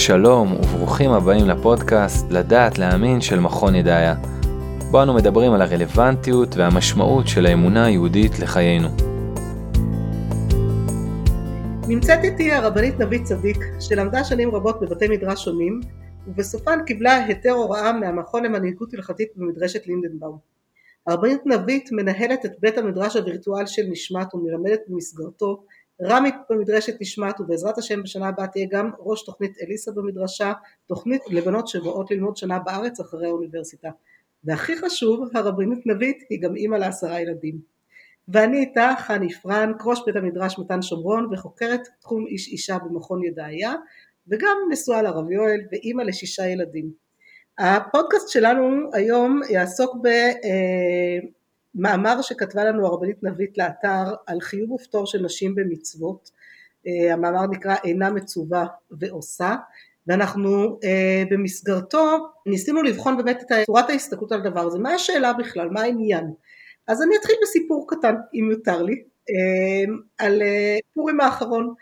שלום וברוכים הבאים לפודקאסט לדעת להאמין של מכון ידעיה. בו אנו מדברים על הרלוונטיות והמשמעות של האמונה היהודית לחיינו. נמצאת איתי הרבנית נבית צדיק, שלמדה שנים רבות בבתי מדרש שונים, ובסופן קיבלה היתר הוראה מהמכון למנהיגות הלכתית במדרשת לינדנבאום. הרבנית נבית מנהלת את בית המדרש הווירטואל של נשמת ומלמדת במסגרתו, רמית במדרשת נשמת, ובעזרת השם בשנה הבאה תהיה גם ראש תוכנית אליסה במדרשה, תוכנית לבנות שבאות ללמוד שנה בארץ אחרי האוניברסיטה. והכי חשוב, הרבנית נבית היא גם אימא ל10 ילדים. ואני איתה חני פרנק, ראש בית המדרש מתן שומרון וחוקרת תחום איש אישה במכון ידעיה, וגם נשואה לרב יואל ואימא ל6 ילדים. הפודקאסט שלנו היום יעסוק במאמר שכתבה לנו הרבנית נבית לאתר על חיוב ופטור של נשים במצוות. המאמר נקרא אינה מצווה ועושה, ואנחנו במסגרתו ניסינו לבחון באמת את צורת ההסתכלות על הדבר הזה. מה השאלה בכלל? מה העניין? אז אני אתחיל בסיפור קטן, אם יותר לי, על פורים האחרון,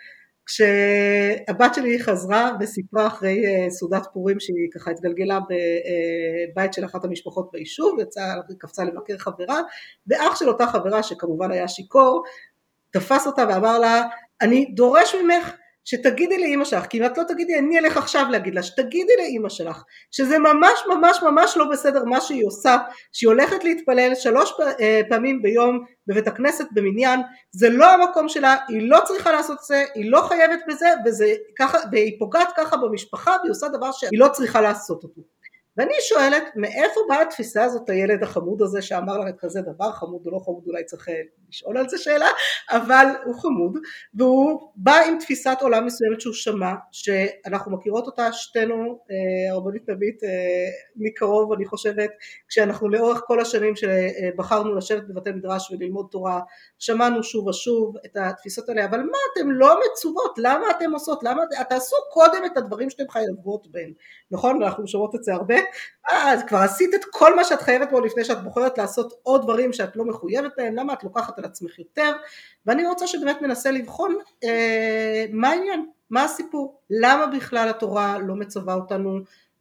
כשהבת שלי חזרה וסיפרה אחרי סעודת פורים שהיא ככה התגלגלה בבית של אחת המשפחות ביישוב, קפצה לבקר חברה, ואח של אותה חברה שכמובן היה שיקור, תפס אותה ואמר לה, אני דורש ממך שתגידי לאמא שלך, כי אם את לא תגידי, אני אלך עכשיו להגיד לה, שתגידי לאמא שלך, שזה ממש ממש ממש לא בסדר מה שהיא עושה, שהיא הולכת להתפלל 3 פעמים ביום בבית הכנסת במניין, זה לא המקום שלה, היא לא צריכה לעשות את זה, היא לא חייבת בזה, והיא פוגעת ככה במשפחה, והיא עושה דבר שהיא לא צריכה לעשות אותו. ואני שואלת, מאיפה באה התפיסה הזאת, הילד החמוד הזה שאמר לה כזה דבר, חמוד או לא חמוד, אולי צריך לשאול על זה שאלה, אבל הוא חמוד, והוא בא עם תפיסת עולם מסוימת שהוא שמע, שאנחנו מכירות אותה שתינו, הרבנית נבית, מקרוב, אני חושבת, כשאנחנו לאורך כל השנים שבחרנו לשבת בבתי מדרש וללמוד תורה, שמענו שוב ושוב את התפיסות האלה, אבל מה אתם לא מצוות, למה אתם עושות, למה תעשו קודם את הדברים שאתם חייבות בהם, נכון? אנחנו שומעות את זה הרבה, אז כבר עשית את כל מה שאת חייבת בו לפני שאת בוחרת לעשות עוד דברים שאת לא מחויבת בהם, למה את לוקחת על עצמך יותר, ואני רוצה שבאמת ננסה לבחון מה העניין, מה הסיפור, למה בכלל התורה לא מצווה אותנו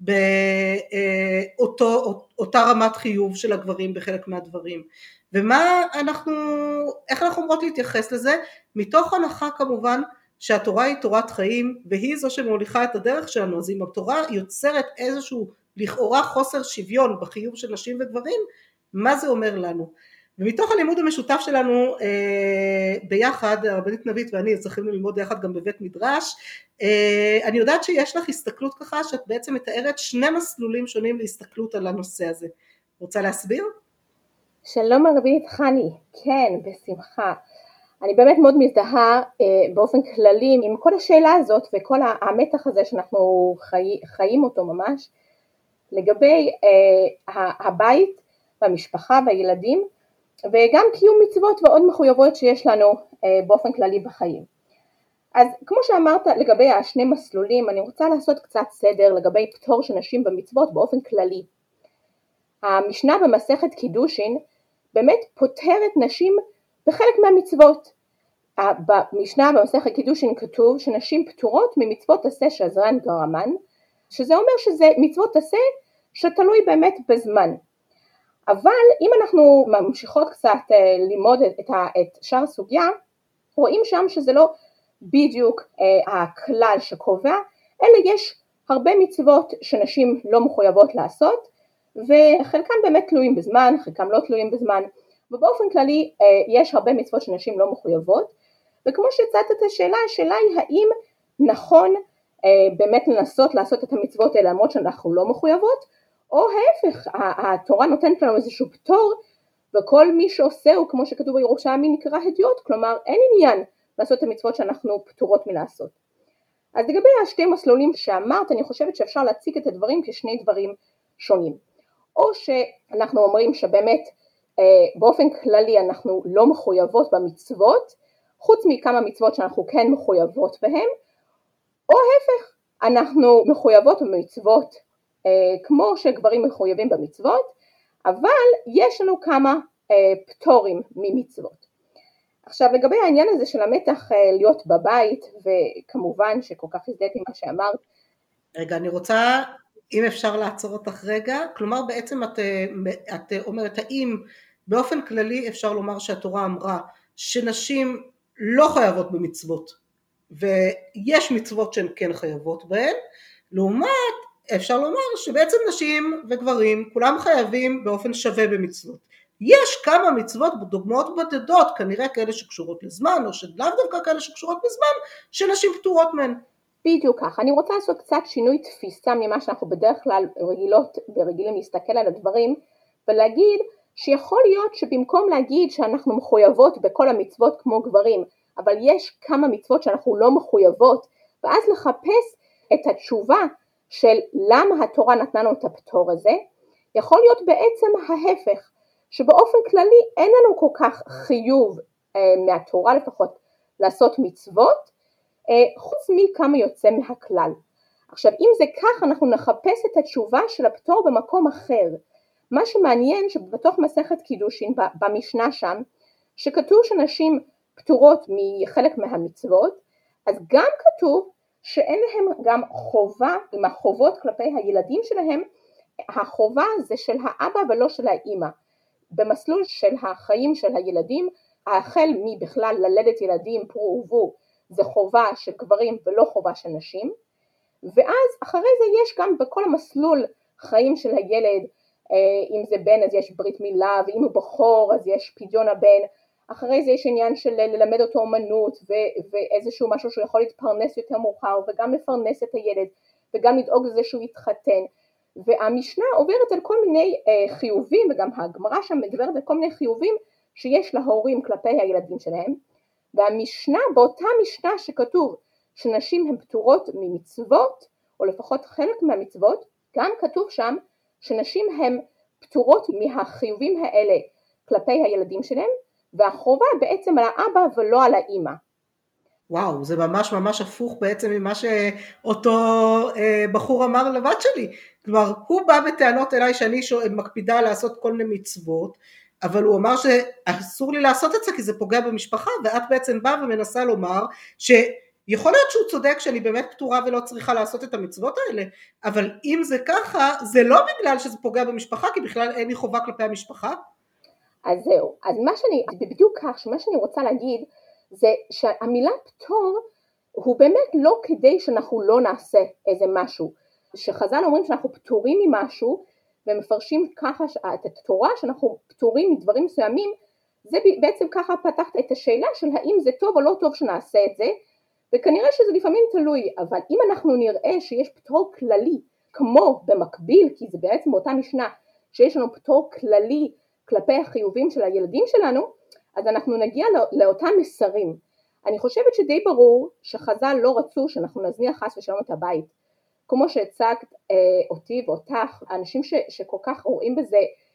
באותה רמת חיוב של הגברים בחלק מהדברים, ומה איך אנחנו אומרות להתייחס לזה, מתוך הנחה כמובן שהתורה היא תורת חיים, והיא זו שמוליכה את הדרך שלנו, אז אם התורה יוצרת איזשהו לכאורה חוסר שוויון בחיוב של נשים וגברים, מה זה אומר לנו? ומתוך הלימוד המשותף שלנו ביחד, הרבנית נבית ואני צריכים ללמוד יחד גם בבית מדרש, אני יודעת שיש לך הסתכלות ככה, שאת בעצם מתארת 2 מסלולים שונים להסתכלות על הנושא הזה. רוצה להסביר? שלום הרבנית חני, כן, בשמחה. אני באמת מאוד מזדהה באופן כללי עם כל השאלה הזאת וכל המתח הזה שאנחנו חיים אותו ממש, לגבי הבית והמשפחה והילדים, וגם קיום מצוות ועוד מחויבות שיש לנו באופן כללי בחיים. אז כמו שאמרת לגבי 2 מסלולים, אני רוצה לעשות קצת סדר לגבי פטור של נשים במצוות באופן כללי. המשנה במסכת קידושין באמת פוטרת נשים בחלק מהמצוות. במשנה במסכת קידושין כתוב שנשים פטורות ממצוות עשה שעזרן גרמן, שזה אומר שזה מצוות עשה שתלוי באמת בזמן. אבל אם אנחנו ממשיכות קצת ללמוד את שאר הסוגיה, רואים שם שזה לא בדיוק הכלל שקובע, אלא יש הרבה מצוות שנשים לא מחויבות לעשות, וחלקם באמת תלויים בזמן, חלקם לא תלויים בזמן, ובאופן כללי יש הרבה מצוות שנשים לא מחויבות, וכמו שהצעת את השאלה היא האם נכון באמת לנסות לעשות את המצוות האלה למרות שאנחנו לא מחויבות, או ההפך, התורה נותנת לנו איזשהו פטור, וכל מי שעושה הוא כמו שכתוב בירושלמי נקרא הדיוט, כלומר אין עניין לעשות את המצוות שאנחנו פטורות מלעשות. אז לגבי 2 מסלולים שאמרת, אני חושבת שאפשר להציג את הדברים כשני דברים שונים. או שאנחנו אומרים שבאמת באופן כללי אנחנו לא מחויבות במצוות, חוץ מכמה מצוות שאנחנו כן מחויבות בהן, או ההפך, אנחנו מחויבות במצוות כמו שגברים מחויבים במצוות, אבל יש לנו כמה פטורים ממצוות. עכשיו לגבי העניין הזה של המתח להיות בבית, וכמובן שכל כך הזדהיתי מה שאמרת, רגע, אני רוצה, אם אפשר לעצור אותך רגע, כלומר בעצם את אומרת, האם באופן כללי אפשר לומר שהתורה אמרה שנשים לא חייבות במצוות, ויש מצוות שהן כן חייבות בהן, לעומת אפשר לומר שבעצם נשים וגברים כולם חייבים באופן שווה במצוות. יש כמה מצוות, דוגמאות בודדות, כנראה כאלה שקשורות לזמן, או שלאו דווקא כאלה שקשורות בזמן, שנשים פטורות מהן. בדיוק כך. אני רוצה לעשות קצת שינוי תפיסה ממה שאנחנו בדרך כלל רגילות ורגילים להסתכל על הדברים, ולהגיד שיכול להיות שבמקום להגיד שאנחנו מחויבות בכל המצוות כמו גברים, אבל יש כמה מצוות שאנחנו לא מחויבות, ואז לחפש את התשובה של למה התורה נתנה לנו את הפטור הזה, יכול להיות בעצם ההפך, שבאופן כללי אין לנו כל כך חיוב מהתורה לפחות לעשות מצוות, חוץ מכמה יוצא מהכלל. עכשיו אם זה כך אנחנו נחפש את התשובה של הפטור במקום אחר. מה שמעניין שבתוך מסכת קידושין במשנה שם, שכתוב שנשים פטורות מחלק מהמצוות, אז גם כתוב שאין להם גם חובה, עם החובות כלפי הילדים שלהם, החובה זה של האבא ולא של האמא. במסלול של החיים של הילדים, החל מבכלל ללדת ילדים פרו ורבו, זה חובה של גברים ולא חובה של נשים, ואז אחרי זה יש גם בכל המסלול חיים של הילד, אם זה בן אז יש ברית מילה, ואם הוא בחור אז יש פדיון הבן, אחרי זה יש עניין של ללמד אותו אומנות, ואיזשהו משהו שהוא יכול להתפרנס יותר מאוחר, וגם לפרנס את הילד, וגם לדאוג לזה שהוא יתחתן, והמשנה עוברת על כל מיני חיובים, וגם הגמרא שם מדברת על כל מיני חיובים, שיש להורים כלפי הילדים שלהם, והמשנה, באותה משנה שכתוב שנשים הן פטורות ממצוות, או לפחות חלק מהמצוות, גם כתוב שם שנשים הן פטורות מהחיובים האלה כלפי הילדים שלהם, והחובה בעצם על האבא ולא על האמא. וואו, זה ממש ממש הפוך בעצם ממה שאותו בחור אמר לבת שלי. כלומר, הוא בא בטענות אליי שאני מקפידה לעשות כל מיני מצוות, אבל הוא אמר שאסור לי לעשות את זה כי זה פוגע במשפחה, ואת בעצם באה ומנסה לומר שיכול להיות שהוא צודק שאני באמת פטורה ולא צריכה לעשות את המצוות האלה, אבל אם זה ככה, זה לא בגלל שזה פוגע במשפחה, כי בכלל אין לי חובה כלפי המשפחה. אז זהו, אז בדיוק כך, שמה שאני רוצה להגיד, זה שהמילה פטור הוא באמת לא כדי שאנחנו לא נעשה איזה משהו, שחז"ל אומרים שאנחנו פטורים ממשהו, ומפרשים ככה את התורה שאנחנו פטורים מדברים מסוימים, זה בעצם ככה פתחת את השאלה של האם זה טוב או לא טוב שנעשה את זה, וכנראה שזה לפעמים תלוי, אבל אם אנחנו נראה שיש פטור כללי, כמו במקביל, כי זה בעצם באותה משנה, שיש לנו פטור כללי כלפי החיובים של הילדים שלנו, אז אנחנו נגיע לאותם מסרים. אני חושבת שדי ברור שחז"ל לא רצו שאנחנו נזניח חס ושלום את הבית, כמו שהצגת אותי ואותך, אנשים שכל כך רואים בזה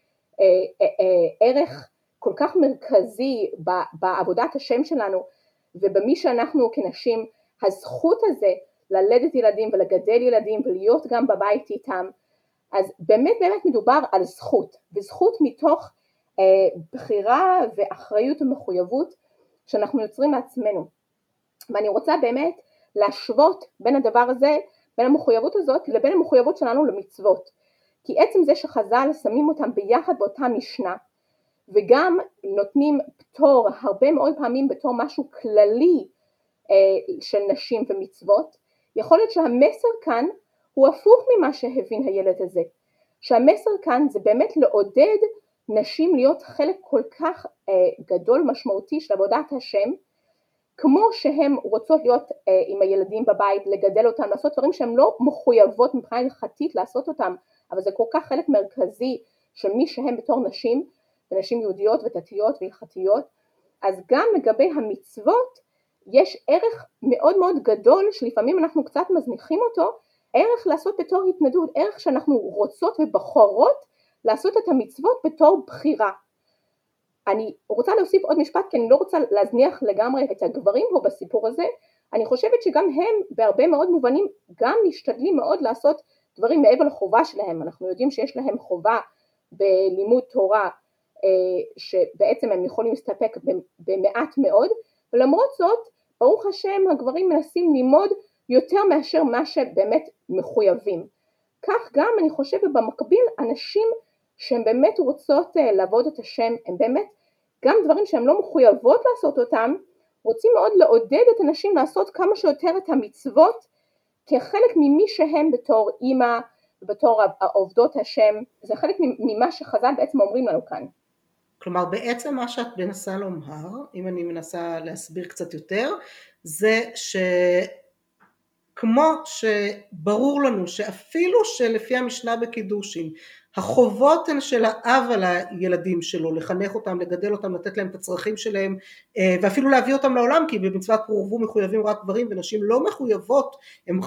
ערך כל כך מרכזי בעבודת השם שלנו, ובמי שאנחנו כנשים, הזכות הזה ללדת ילדים ולגדל ילדים ולהיות גם בבית איתם, אז באמת מדובר על זכות, וזכות מתוך בחירה ואחריות ומחויבות שאנחנו יוצרים לעצמנו. ואני רוצה באמת להשוות בין הדבר הזה, בין המחויבות הזאת לבין המחויבות שלנו למצוות, כי עצם זה שחז"ל שמים אותם ביחד באותה משנה, וגם נותנים פטור הרבה מאוד פעמים בתור משהו כללי של נשים ומצוות, יכול להיות שהמסר כאן הוא הפוך ממה שהבין הילד הזה, שהמסר כאן זה באמת לעודד נשים להיות חלק כל כך גדול משמעותי של עבודת השם, כמו שהן רוצות להיות עם הילדים בבית, לגדל אותם, לעשות דברים שהן לא מחויבות מבחינה הלכתית לעשות אותם, אבל זה כל כך חלק מרכזי של מי שהן בתור נשים, ונשים יהודיות ודתיות והלכתיות. אז גם לגבי המצוות יש ערך מאוד מאוד גדול שלפעמים אנחנו קצת מזניחים אותו, ערך לעשות בתור התנדבות, ערך שאנחנו רוצות ובחורות לעשות את המצוות בתור בחירה. אני רוצה להוסיף עוד משפט, כי אני לא רוצה להזניח לגמרי את הגברים פה בסיפור הזה. אני חושבת שגם הם בהרבה מאוד מובנים גם משתדלים מאוד לעשות דברים מעבר לחובה שלהם. אנחנו יודעים שיש להם חובה בלימוד תורה, שבעצם הם יכולים להסתפק במעט מאוד, ולמרות זאת ברוך השם הגברים מנסים ללמוד יותר מאשר מה שבאמת מחויבים. כך גם אני חושבת במקביל אנשים שהן באמת רוצות לעבוד את השם, הם באמת גם דברים שהן לא מחויבות לעשות אותם, רוצים מאוד לעודד את אנשים לעשות כמה שיותר את המצוות כחלק ממי שהם בתור אימא, בתור עובדות השם. זה חלק ממה שחז"ל בעצם אומרים לנו כאן. כלומר בעצם מה שאת מנסה לומר, אם אני מנסה להסביר קצת יותר, זה שכמו שברור לנו שאפילו שלפי המשנה בקידושין, החובות הן של האב על הילדים שלו, לחנך אותם, לגדל אותם, לתת להם את הצרכים שלהם, ואפילו להביא אותם לעולם, כי במצוות פרו ורבו מחויבים רק גברים, ונשים לא מחויבות,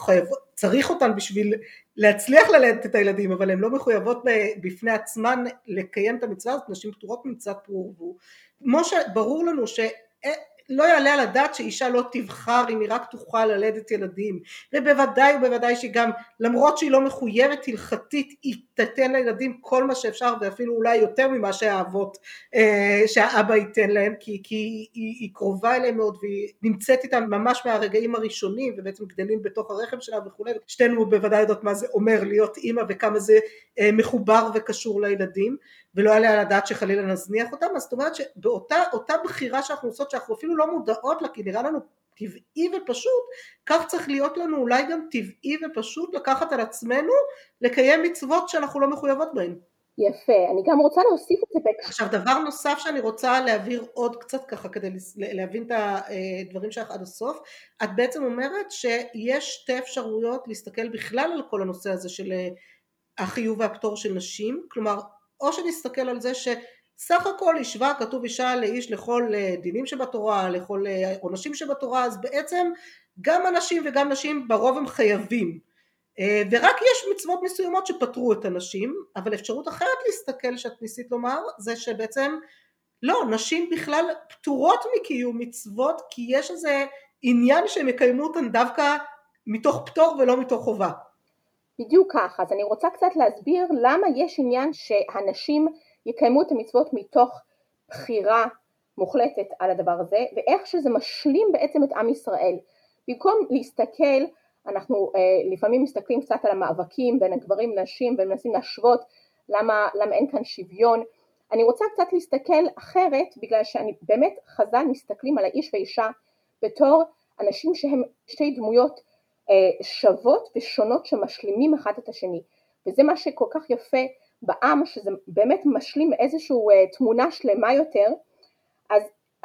צריך אותן בשביל להצליח ללדת את הילדים, אבל הן לא מחויבות בפני עצמן לקיים את המצווה הזאת, נשים פטורות ממצוות פרו ורבו. כמו שברור לנו לא יעלה על הדעת שאישה לא תבחר אם היא רק תוכל ללדת ילדים, ובוודאי ובוודאי שגם למרות שהיא לא מחויבת הלכתית היא תתן לילדים כל מה שאפשר, ואפילו אולי יותר ממה שהאבות שהאבא ייתן להם, כי היא קרובה אליהם מאוד והיא נמצאת איתם ממש מהרגעים הראשונים ובעצם גדלים בתוך הרחם שלה וכו'. שתינו בוודאי יודעות מה זה אומר להיות אימא וכמה זה מחובר וקשור לילדים, ולא יעלה על הדעת שחלילה נזניח אותם. אז זאת אומרת שבאותה בחירה שאנחנו עושות שאנחנו אפילו לא מודעות לה כי נראה לנו טבעי ופשוט, כך צריך להיות לנו אולי גם טבעי ופשוט לקחת על עצמנו לקיים מצוות שאנחנו לא מחויבות בהן. יפה, אני גם רוצה להוסיף את זה. עכשיו דבר נוסף שאני רוצה להעביר עוד קצת ככה כדי להבין את הדברים שלך עד הסוף, את בעצם אומרת שיש שתי אפשרויות להסתכל בכלל על כל הנושא הזה של החיוב והפטור של נשים, כלומר או שנסתכל על זה סך הכל השווה כתוב אישה לאיש לכל דינים שבתורה, לכל עונשים שבתורה, אז בעצם גם אנשים וגם נשים ברוב הם חייבים, ורק יש מצוות מסוימות שפטרו את הנשים. אבל אפשרות אחרת להסתכל שאת ניסית לומר זה שבעצם לא, נשים בכלל פטורות מקיום מצוות, כי יש איזה עניין שהם יקיימו אותן דווקא מתוך פטור ולא מתוך חובה. בדיוק ככה, אז אני רוצה קצת להסביר למה יש עניין שהנשים יקיימו את המצוות מתוך בחירה מוחלטת על הדבר הזה, ואיך שזה משלים בעצם את עם ישראל. במקום להסתכל, אנחנו לפעמים מסתכלים קצת על המאבקים בין הגברים לנשים ומנסים להשוות למה אין כאן שוויון. אני רוצה קצת להסתכל אחרת, בגלל שאני באמת חז"ל מסתכלים על האיש והאישה בתור אנשים שהם שתי דמויות שוות ושונות שמשלימים אחד את השני, וזה מה שכל כך יפה בעם, שזה באמת משלים איזושהי תמונה שלמה יותר. אז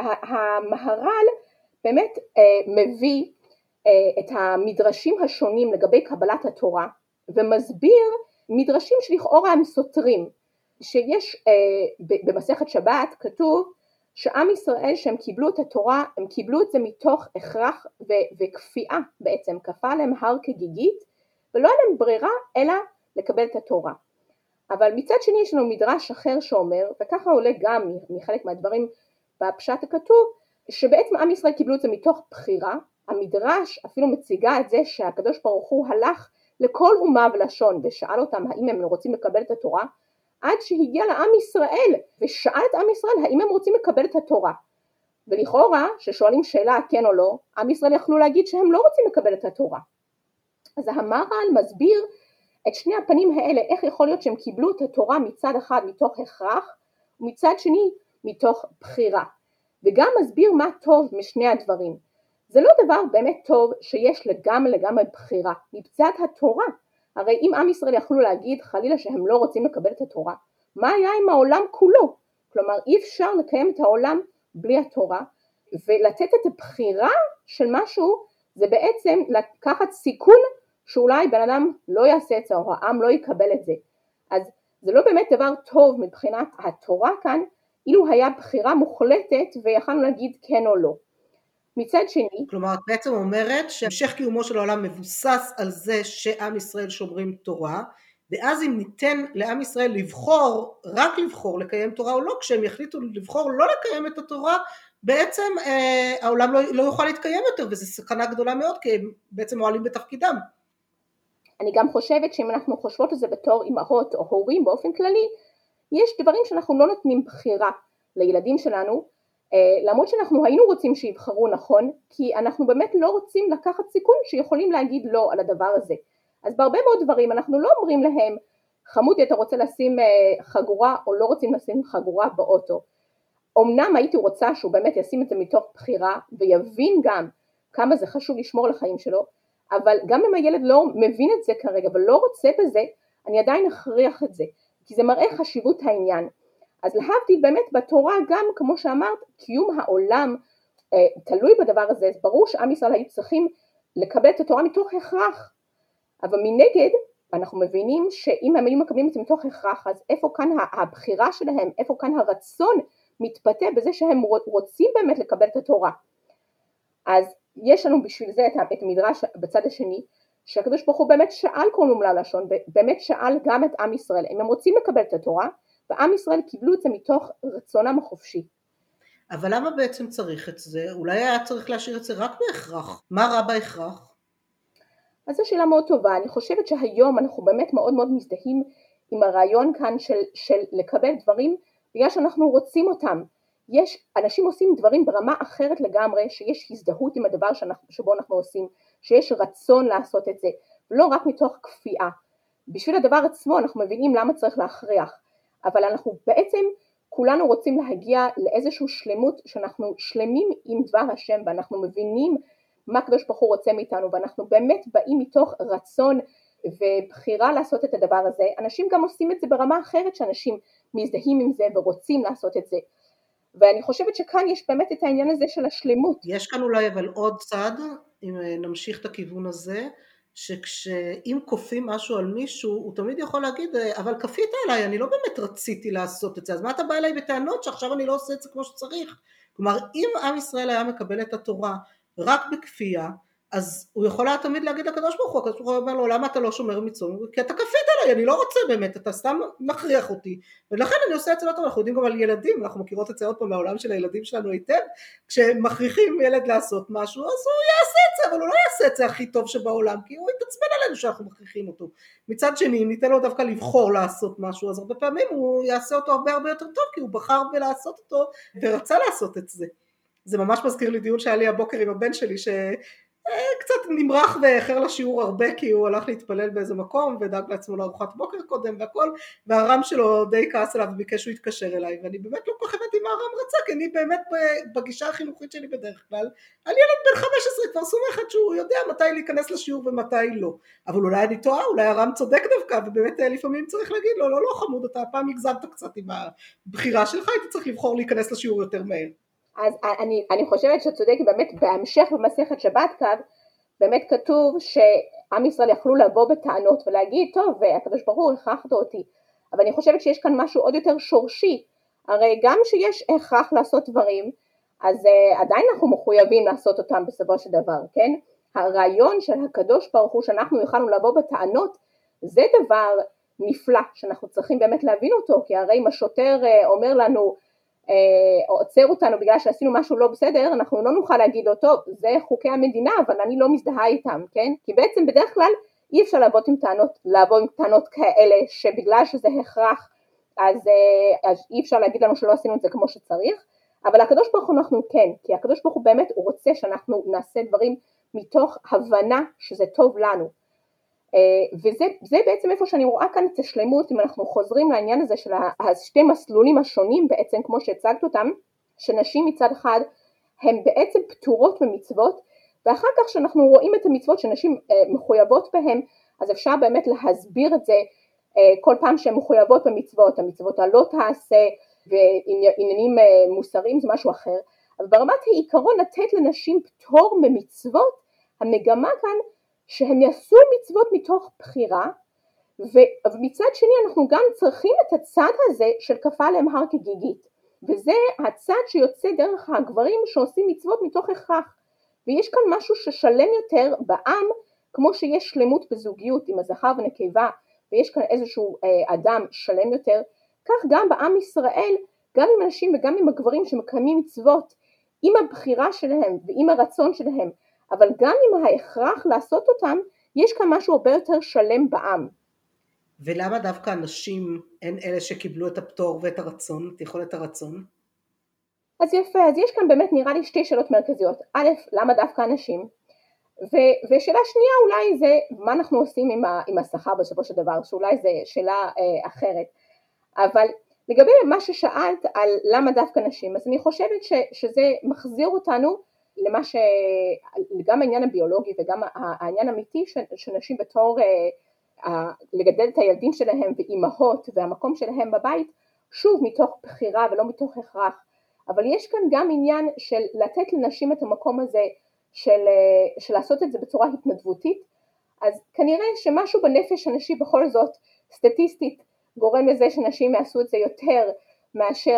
המהר"ל באמת מביא את המדרשים השונים לגבי קבלת התורה, ומסביר מדרשים שלכאורה הם סותרים, שיש במסכת שבת כתוב שעם ישראל שהם קיבלו את התורה, הם קיבלו את זה מתוך הכרח וכפייה, בעצם כפה עליהם הר כגיגית, ולא היה להם ברירה אלא לקבל את התורה. אבל מצד שני יש לנו מדרש אחר שאומר, וככה עולה גם מחלק מהדברים בפשט הכתוב, שבעצם עם ישראל קיבלו את זה מתוך בחירה. המדרש אפילו מציגה את זה שהקדוש ברוך הוא הלך לכל אומה ולשון ושאל אותם האם הם רוצים לקבל את התורה, עד שהגיע לעם ישראל ושאל את עם ישראל האם הם רוצים לקבל את התורה. ולכאורה ששואלים שאלה כן או לא, עם ישראל יכלו להגיד שהם לא רוצים לקבל את התורה. אז המהר"ל מסביר את שני הפנים האלה, איך יכול להיות שהם קיבלו את התורה מצד אחד מתוך הכרח, ומצד שני מתוך בחירה, וגם מסביר מה טוב משני הדברים. זה לא דבר באמת טוב שיש לגמרי בחירה מצד התורה. הרי אם עם ישראל יכלו להגיד חלילה שהם לא רוצים לקבל את התורה, מה היה עם העולם כולו? כלומר אי אפשר לקיים את העולם בלי התורה, ולתת את הבחירה של משהו זה בעצם לקחת סיכון שאולי בן אדם לא יעשה את זה או העם לא יקבל את זה. אז זה לא באמת דבר טוב מבחינת התורה כאן, אילו היה בחירה מוחלטת ויכולנו להגיד כן או לא. מצד שני, כלומר את בעצם אומרת שהמשך קיומו של העולם מבוסס על זה שעם ישראל שומרים תורה, ואז אם ניתן לעם ישראל לבחור, רק לבחור לקיים תורה או לא, כשהם יחליטו לבחור לא לקיים את התורה, בעצם העולם לא יוכל להתקיים יותר, וזו סכנה גדולה מאוד, כי הם בעצם מועלים בתפקידם. אני גם חושבת שאם אנחנו חושבות על זה בתור אמהות או הורים באופן כללי, יש דברים שאנחנו לא נותנים בחירה לילדים שלנו, למרות שאנחנו היינו רוצים שיבחרו נכון, כי אנחנו באמת לא רוצים לקחת סיכון שיכולים להגיד לא על הדבר הזה. אז בהרבה מאוד דברים אנחנו לא אומרים להם, חמודי אתה רוצה לשים חגורה או לא רוצים לשים חגורה באוטו. אמנם הייתי רוצה שהוא באמת ישים את זה מתוך בחירה ויבין גם כמה זה חשוב לשמור על החיים שלו, אבל גם אם הילד לא מבין את זה כרגע ולא רוצה בזה, אני עדיין אכריח את זה, כי זה מראה חשיבות העניין. אז להבדיל באמת בתורה גם כמו שאמרת, קיום העולם תלוי בדבר הזה, אז ברור שעם ישראל היו צריכים לקבל את התורה מתוך הכרח, אבל מנגד אנחנו מבינים שאם הם היו מקבלים את זה מתוך הכרח, אז איפה כאן הבחירה שלהם, איפה כאן הרצון מתבטא בזה שהם רוצים באמת לקבל את התורה. אז יש לנו בשביל זה את המדרש בצד השני, שהקדוש ברוך הוא באמת שאל כל אומלל לשון, באמת שאל גם את עם ישראל, אם הם רוצים לקבל את התורה, ועם ישראל קיבלו את זה מתוך רצונם החופשי. אבל למה בעצם צריך את זה? אולי היה צריך להשאיר את זה רק בהכרח. מה רע בהכרח? אז זו שאלה מאוד טובה, אני חושבת שהיום אנחנו באמת מאוד מאוד מזדהים עם הרעיון כאן של לקבל דברים בגלל שאנחנו רוצים אותם. אנשים עושים דברים ברמה אחרת לגמרי, שיש הזדהות עם הדבר שבו אנחנו עושים, שיש רצון לעשות את זה, לא רק מתוך כפייה. בשביל הדבר עצמו אנחנו מבינים למה צריך להכריח, אבל אנחנו בעצם כולנו רוצים להגיע לאיזושהי שלמות שאנחנו שלמים עם דבר השם, ואנחנו מבינים מה הקדוש ברוך הוא רוצה מאיתנו, ואנחנו באמת באים מתוך רצון ובחירה לעשות את הדבר הזה. אנשים גם עושים את זה ברמה אחרת, שאנשים מזדהים עם זה ורוצים לעשות את זה, ואני חושבת שכאן יש באמת את העניין הזה של השלמות. יש כאן אולי אבל עוד צד, אם נמשיך את הכיוון הזה, שאם כופים משהו על מישהו, הוא תמיד יכול להגיד, אבל כפית עליי, אני לא באמת רציתי לעשות את זה, אז מה אתה בא אליי בטענות שעכשיו אני לא עושה את זה כמו שצריך? כלומר, אם עם ישראל היה מקבל את התורה רק בכפייה, אז הוא יכול היה תמיד להגיד לקדוש ברוך הוא, הקדוש ברוך הוא אומר לו, למה אתה לא שומר מצוות? כי אתה כפית עליי, אני לא רוצה באמת, אתה סתם מכריח אותי, ולכן אני עושה את זה לא טוב. אנחנו יודעים גם על ילדים, אנחנו מכירות את זה עוד פעם מהעולם של הילדים שלנו היטב, כשמכריחים ילד לעשות משהו, אז הוא יעשה את זה, אבל הוא לא יעשה את זה הכי טוב שבעולם, כי הוא יתעצבן עלינו שאנחנו מכריחים אותו. מצד שני, אם ניתן לו דווקא לבחור לעשות משהו, אז הרבה פעמים הוא יעשה אותו הרבה יותר טוב, כי הוא בחר בלעשות אותו, ורצה לעשות את זה. זה ממש מזכיר לי דיון שהיה לי הבוקר עם הבן שלי, קצת נמרח ואחר לשיעור הרבה, כי הוא הלך להתפלל באיזה מקום ודאג לעצמו לארוחת בוקר קודם והכל, והרם שלו די כעס עליו וביקש שהוא יתקשר אליי, ואני באמת לא כל כך הבנתי מה הרם רצה, כי אני באמת בגישה החינוכית שלי בדרך כלל, על ילד בן 15 כבר סומכת שהוא יודע מתי להיכנס לשיעור ומתי לא, אבל אולי אני טועה, אולי הרם צודק דווקא, ובאמת לפעמים צריך להגיד לו, לא חמוד, אתה הפעם הגזמת קצת עם הבחירה שלך, היית צריך לבחור להיכנס לשיעור יותר מהר. אז אני חושבת שצודק, באמת בהמשך במסכת שבת קו, באמת כתוב שעם ישראל יכלו לבוא בטענות ולהגיד, טוב, הקדוש ברוך הוא הכרחת אותי, אבל אני חושבת שיש כאן משהו עוד יותר שורשי, הרי גם שיש הכרח לעשות דברים, אז עדיין אנחנו מחויבים לעשות אותם בסופו של דבר, כן? הרעיון של הקדוש ברוך הוא שאנחנו יכולנו לבוא בטענות, זה דבר נפלא שאנחנו צריכים באמת להבין אותו, כי הרי אם השוטר אומר לנו, עוצר אותנו בגלל שעשינו משהו לא בסדר, אנחנו לא נוכל להגיד לו, טוב, זה חוקי המדינה, אבל אני לא מזדהה איתם, כן? כי בעצם בדרך כלל אי אפשר לעבוד עם טענות כאלה, שבגלל שזה הכרח, אז אי אפשר להגיד לנו שלא עשינו את זה כמו שצריך, אבל הקדוש ברוך הוא אנחנו כן, כי הקדוש ברוך הוא באמת הוא רוצה שאנחנו נעשה דברים מתוך הבנה שזה טוב לנו, וזה בעצם איפה שאני רואה כאן את השלמות, אם אנחנו חוזרים לעניין הזה של השתי מסלולים השונים בעצם כמו שהצגת אותם, שנשים מצד אחד הן בעצם פטורות ממצוות, ואחר כך שאנחנו רואים את המצוות שנשים מחויבות בהן, אז אפשר באמת להסביר את זה כל פעם שהן מחויבות במצוות, המצוות הלא תעשה ועניינים מוסריים זה משהו אחר, אבל ברמת העיקרון לתת לנשים פטור ממצוות, המגמה כאן שהם יעשו מצוות מתוך בחירה, ומצד שני אנחנו גם צריכים את הצד הזה של כפה עליהם הר כגיגית, וזה הצד שיוצא דרך הגברים שעושים מצוות מתוך הכרח, ויש כאן משהו ששלם יותר בעם, כמו שיש שלמות בזוגיות עם הזכר ונקבה, ויש כאן איזשהו אדם שלם יותר, כך גם בעם ישראל, גם עם אנשים וגם עם הגברים שמקיימים מצוות, עם הבחירה שלהם ועם הרצון שלהם, אבל גם עם ההכרח לעשות אותם, יש כאן משהו הרבה יותר שלם בעם. ולמה דווקא הנשים הן אלה שקיבלו את הפטור ואת הרצון, את יכולת הרצון? אז יפה, אז יש כאן באמת נראה לי שתי שאלות מרכזיות. א', למה דווקא אנשים? ושאלה שנייה אולי זה מה אנחנו עושים עם השכר בסופו של דבר, שאולי זה שאלה אחרת. אבל לגבי מה ששאלת על למה דווקא נשים, אז אני חושבת שזה מחזיר אותנו למה גם העניין הביולוגי וגם העניין האמיתי של נשים בתור לגדל את הילדים שלהם ואימהות והמקום שלהם בבית, שוב מתוך בחירה ולא מתוך הכרח. אבל יש כאן גם עניין של לתת לנשים את המקום הזה של לעשות את זה בצורה התנדבותית. אז כנראה שמשהו בנפש הנשי בכל זאת סטטיסטית גורם לזה שנשים יעשו את זה יותר מאשר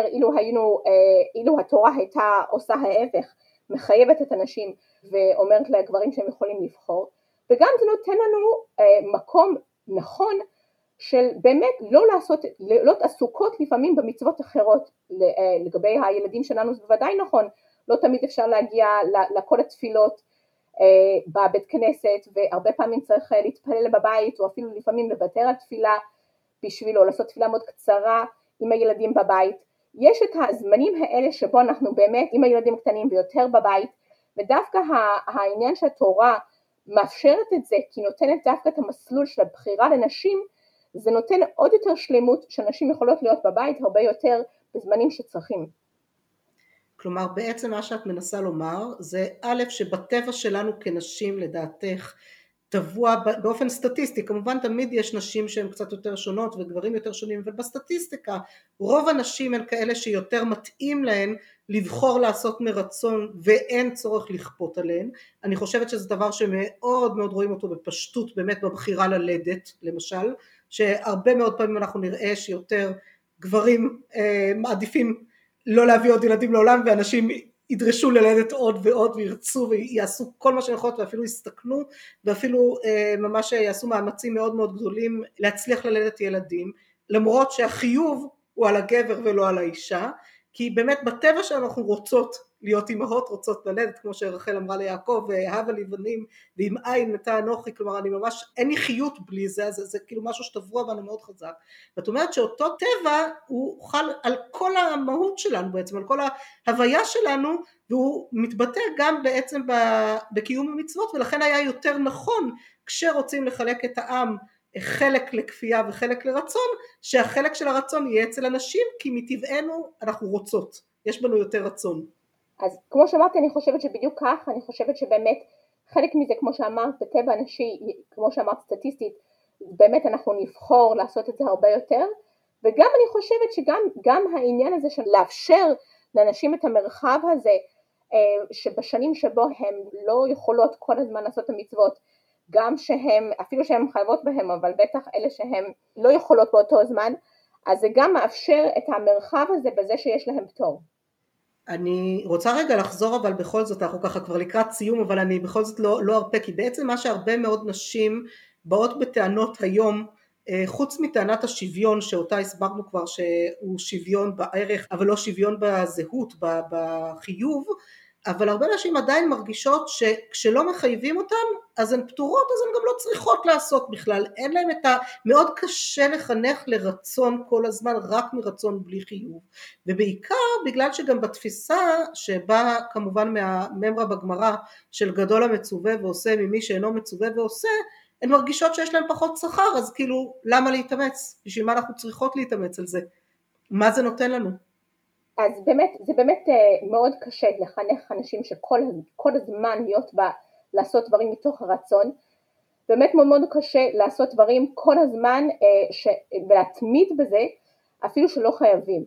אילו התורה הייתה עושה ההפך, מחייבת את הנשים ואומרת לגברים שהם יכולים לבחור. וגם זה נותן לנו מקום נכון של באמת להיות עסוקות לפעמים במצוות אחרות. לגבי הילדים שלנו זה בוודאי נכון, לא תמיד אפשר להגיע לכל התפילות בבית כנסת, והרבה פעמים צריך להתפלל בבית, או אפילו לפעמים לוותר על תפילה בשבילו, לעשות תפילה מאוד קצרה עם הילדים בבית. יש את הזמנים האלה שבו אנחנו באמת עם הילדים קטנים ויותר בבית, ודווקא העניין שהתורה מאפשרת את זה, כי נותנת דווקא את המסלול של הבחירה לנשים, זה נותן עוד יותר שלמות שנשים יכולות להיות בבית הרבה יותר בזמנים שצריכים. כלומר בעצם מה שאת מנסה לומר זה א' שבטבע שלנו כנשים לדעתך טבוע באופן סטטיסטי, כמובן תמיד יש נשים שהן קצת יותר שונות וגברים יותר שונים, אבל בסטטיסטיקה רוב הנשים הן כאלה שיותר מתאים להן לבחור לעשות מרצון ואין צורך לכפות עליהן. אני חושבת שזה דבר שמאוד מאוד רואים אותו בפשטות באמת בבחירה ללדת למשל, שהרבה מאוד פעמים אנחנו נראה שיותר גברים מעדיפים לא להביא עוד ילדים לעולם ואנשים ידרשו ללדת עוד ועוד וירצו ויעשו כל מה שיכולות ואפילו יסתכנו ואפילו ממש יעשו מאמצים מאוד מאוד גדולים להצליח ללדת ילדים, למרות שהחיוב הוא על הגבר ולא על האישה, כי באמת בטבע שאנחנו רוצות להיות אימהות, רוצות ללדת, כמו שרחל אמרה ליעקב, הבה לי בנים ועם עין מתה אנוכי, כלומר אני ממש, אין לי חיות בלי זה, זה כאילו משהו שטבוע בנו מאוד חזק. ואת אומרת שאותו טבע הוא חל על כל המהות שלנו בעצם, על כל ההוויה שלנו, והוא מתבטא גם בעצם בקיום המצוות, ולכן היה יותר נכון כשרוצים לחלק את העם חלק לכפייה וחלק לרצון, שהחלק של הרצון יהיה אצל אנשים, כי מטבענו אנחנו רוצות, יש בנו יותר רצון. אז כמו שאמרתי, אני חושבת שבדיוק כך, אני חושבת שבאמת חלק מזה, כמו שאמרת, בטבע הנשי, כמו שאמרת סטטיסטית, באמת אנחנו נבחור לעשות את זה הרבה יותר, וגם אני חושבת שגם העניין הזה של לאפשר לאנשים את המרחב הזה, שבשנים שבו הם לא יכולות כל הזמן לעשות את המצוות, גם שהם, אפילו שהם חייבות בהם, אבל בטח אלה שהם לא יכולות באותו זמן, אז זה גם מאפשר את המרחב הזה בזה שיש להם פטור. אני רוצה רגע לחזור, אבל בכל זאת אנחנו ככה כבר לקראת סיום, אבל אני בכל זאת לא ארפה, כי בעצם מה שהרבה מאוד נשים באות בטענות היום, חוץ מטענת השוויון שאותה הסברנו כבר שהוא שוויון בערך אבל לא שוויון בזהות, בחיוב, אבל הרבה נשים עדיין מרגישות שכשלא מחייבים אותן אז הן פטורות, אז הן גם לא צריכות לעשות בכלל, אין להן מאוד קשה לחנך לרצון כל הזמן, רק מרצון בלי חיוב, ובעיקר בגלל שגם בתפיסה שבאה כמובן מהממרה בגמרא של גדול המצווה ועושה ממי שאינו מצווה ועושה, הן מרגישות שיש להן פחות שכר, אז כאילו למה להתאמץ? בשביל מה אנחנו צריכות להתאמץ על זה? מה זה נותן לנו? אז באמת, זה באמת מאוד קשה לחנך אנשים שכל הזמן להיות לעשות דברים מתוך הרצון, באמת מאוד מאוד קשה לעשות דברים כל הזמן ולהתמיד בזה, אפילו שלא חייבים.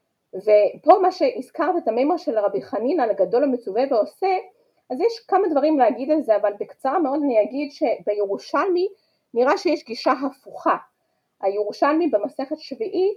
ופה מה שהזכרת את הממרה של רבי חנינא לגדול המצווה ועושה, אז יש כמה דברים להגיד על זה, אבל בקצרה מאוד אני אגיד שבירושלמי נראה שיש גישה הפוכה. הירושלמי במסכת שביעית,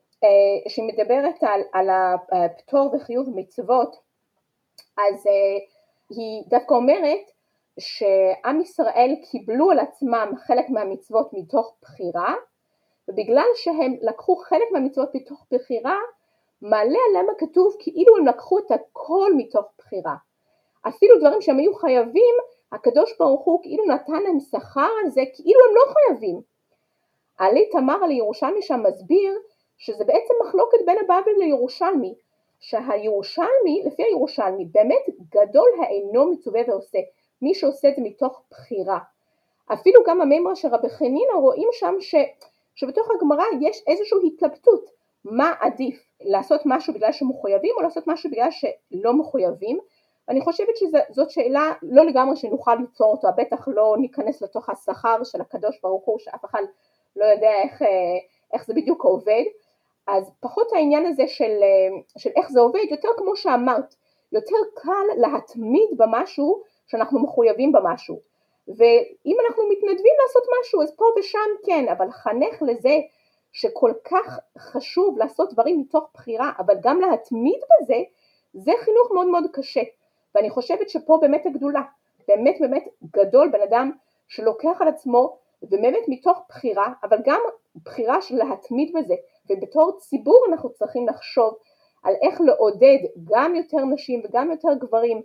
שמדברת על הפטור וחיוב מצוות, אז היא דווקא אומרת שעם ישראל קיבלו על עצמם חלק מהמצוות מתוך בחירה, ובגלל שהם לקחו חלק מהמצוות מתוך בחירה, מעלה עליהם הכתוב כאילו הם לקחו את הכל מתוך בחירה. אפילו דברים שהם היו חייבים, הקדוש ברוך הוא כאילו נתן להם שכר על זה, כאילו הם לא חייבים. עלי תמר על ירושלמי שם מסביר, שזה בעצם מחלוקת בין הבבלי לירושלמי. שהירושלמי, לפי הירושלמי, באמת גדול האינו מצווה ועושה, מי שעושה את זה מתוך בחירה. אפילו גם המימרה של רבי חנינא רואים שם שבתוך הגמרא יש איזושהי התלבטות, מה עדיף, לעשות משהו בגלל שמחויבים או לעשות משהו בגלל שלא מחויבים. אני חושבת שזאת שאלה לא לגמרי שנוכל לפתור אותה, בטח לא ניכנס לתוך השכר של הקדוש ברוך הוא, שאף אחד לא יודע איך זה בדיוק עובד, אז פחות העניין הזה של איך זה עובד, יותר כמו שאמרת, יותר קל להתמיד במשהו שאנחנו מחויבים במשהו, ואם אנחנו מתנדבים לעשות משהו, אז פה ושם כן, אבל חנך לזה שכל כך חשוב לעשות דברים מתוך בחירה, אבל גם להתמיד בזה, זה חינוך מאוד מאוד קשה, ואני חושבת שפה באמת הגדולה, באמת באמת גדול בן אדם שלוקח על עצמו, ובאמת מתוך בחירה, אבל גם בחירה של להתמיד בזה, ובתור ציבור אנחנו צריכים לחשוב על איך לעודד גם יותר נשים וגם יותר גברים,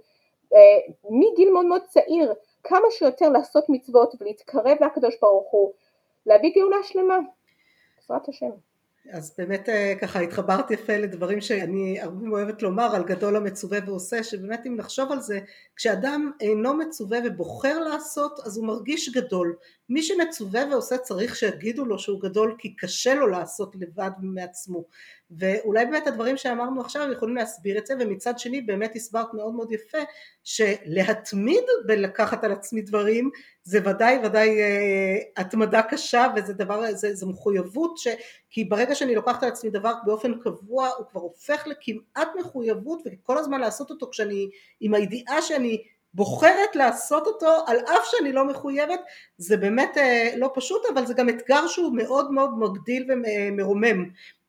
מגיל מאוד מאוד צעיר, כמה שיותר לעשות מצוות ולהתקרב לקדוש ברוך הוא, להביא גאולה שלמה, בעזרת השם. אז באמת ככה התחברת יפה לדברים שאני הרבה אוהבת לומר על גדול המצווה ועושה, שבאמת אם נחשוב על זה, כשאדם אינו מצווה ובוחר לעשות אז הוא מרגיש גדול, מי שמצווה ועושה צריך שיגידו לו שהוא גדול כי קשה לו לעשות לבד מעצמו, ואולי באמת הדברים שאמרנו עכשיו יכולים להסביר את זה, ומצד שני באמת הסברת מאוד מאוד יפה שלהתמיד בלקחת על עצמי דברים זה ודאי התמדה קשה, וזה דבר, זה מחויבות, כי ברגע שאני לוקחת על עצמי דבר באופן קבוע הוא כבר הופך לכמעט מחויבות, וכל הזמן לעשות אותו כשאני עם הידיעה שאני בוחרת לעשות אותו על אף שאני לא מחויבת, זה באמת לא פשוט, אבל זה גם אתגר שהוא מאוד מאוד מגדיל ומרומם,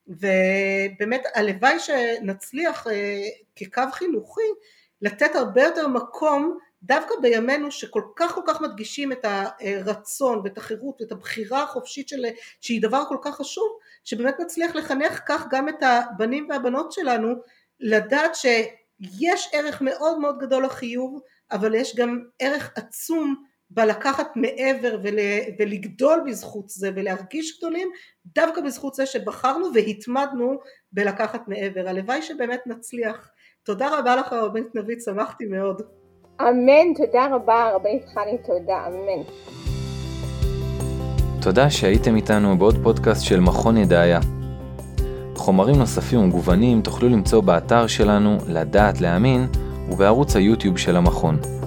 ובאמת הלוואי שנצליח כקו חינוכי לתת הרבה יותר מקום דווקא בימינו שכל כך מדגישים את הרצון ואת החירות ואת הבחירה החופשית שהיא דבר כל כך חשוב, שבאמת נצליח לחנך כך גם את הבנים והבנות שלנו לדעת שיש ערך מאוד מאוד גדול לחיוב, אבל יש גם ערך עצום בלקחת מעבר ולגדול בזכות זה ולהרגיש גדולים דווקא בזכות זה שבחרנו והתמדנו בלקחת מעבר. הלוואי שבאמת נצליח. תודה רבה לך רבנית נבית, שמחתי מאוד. אמן, תודה רבה רבנית חני, תודה, אמן. תודה שהייתם איתנו בעוד פודקאסט של מכון ידעיה. חומרים נוספים ומגוונים תוכלו למצוא באתר שלנו לדעת להאמין ובערוץ היוטיוב של המכון.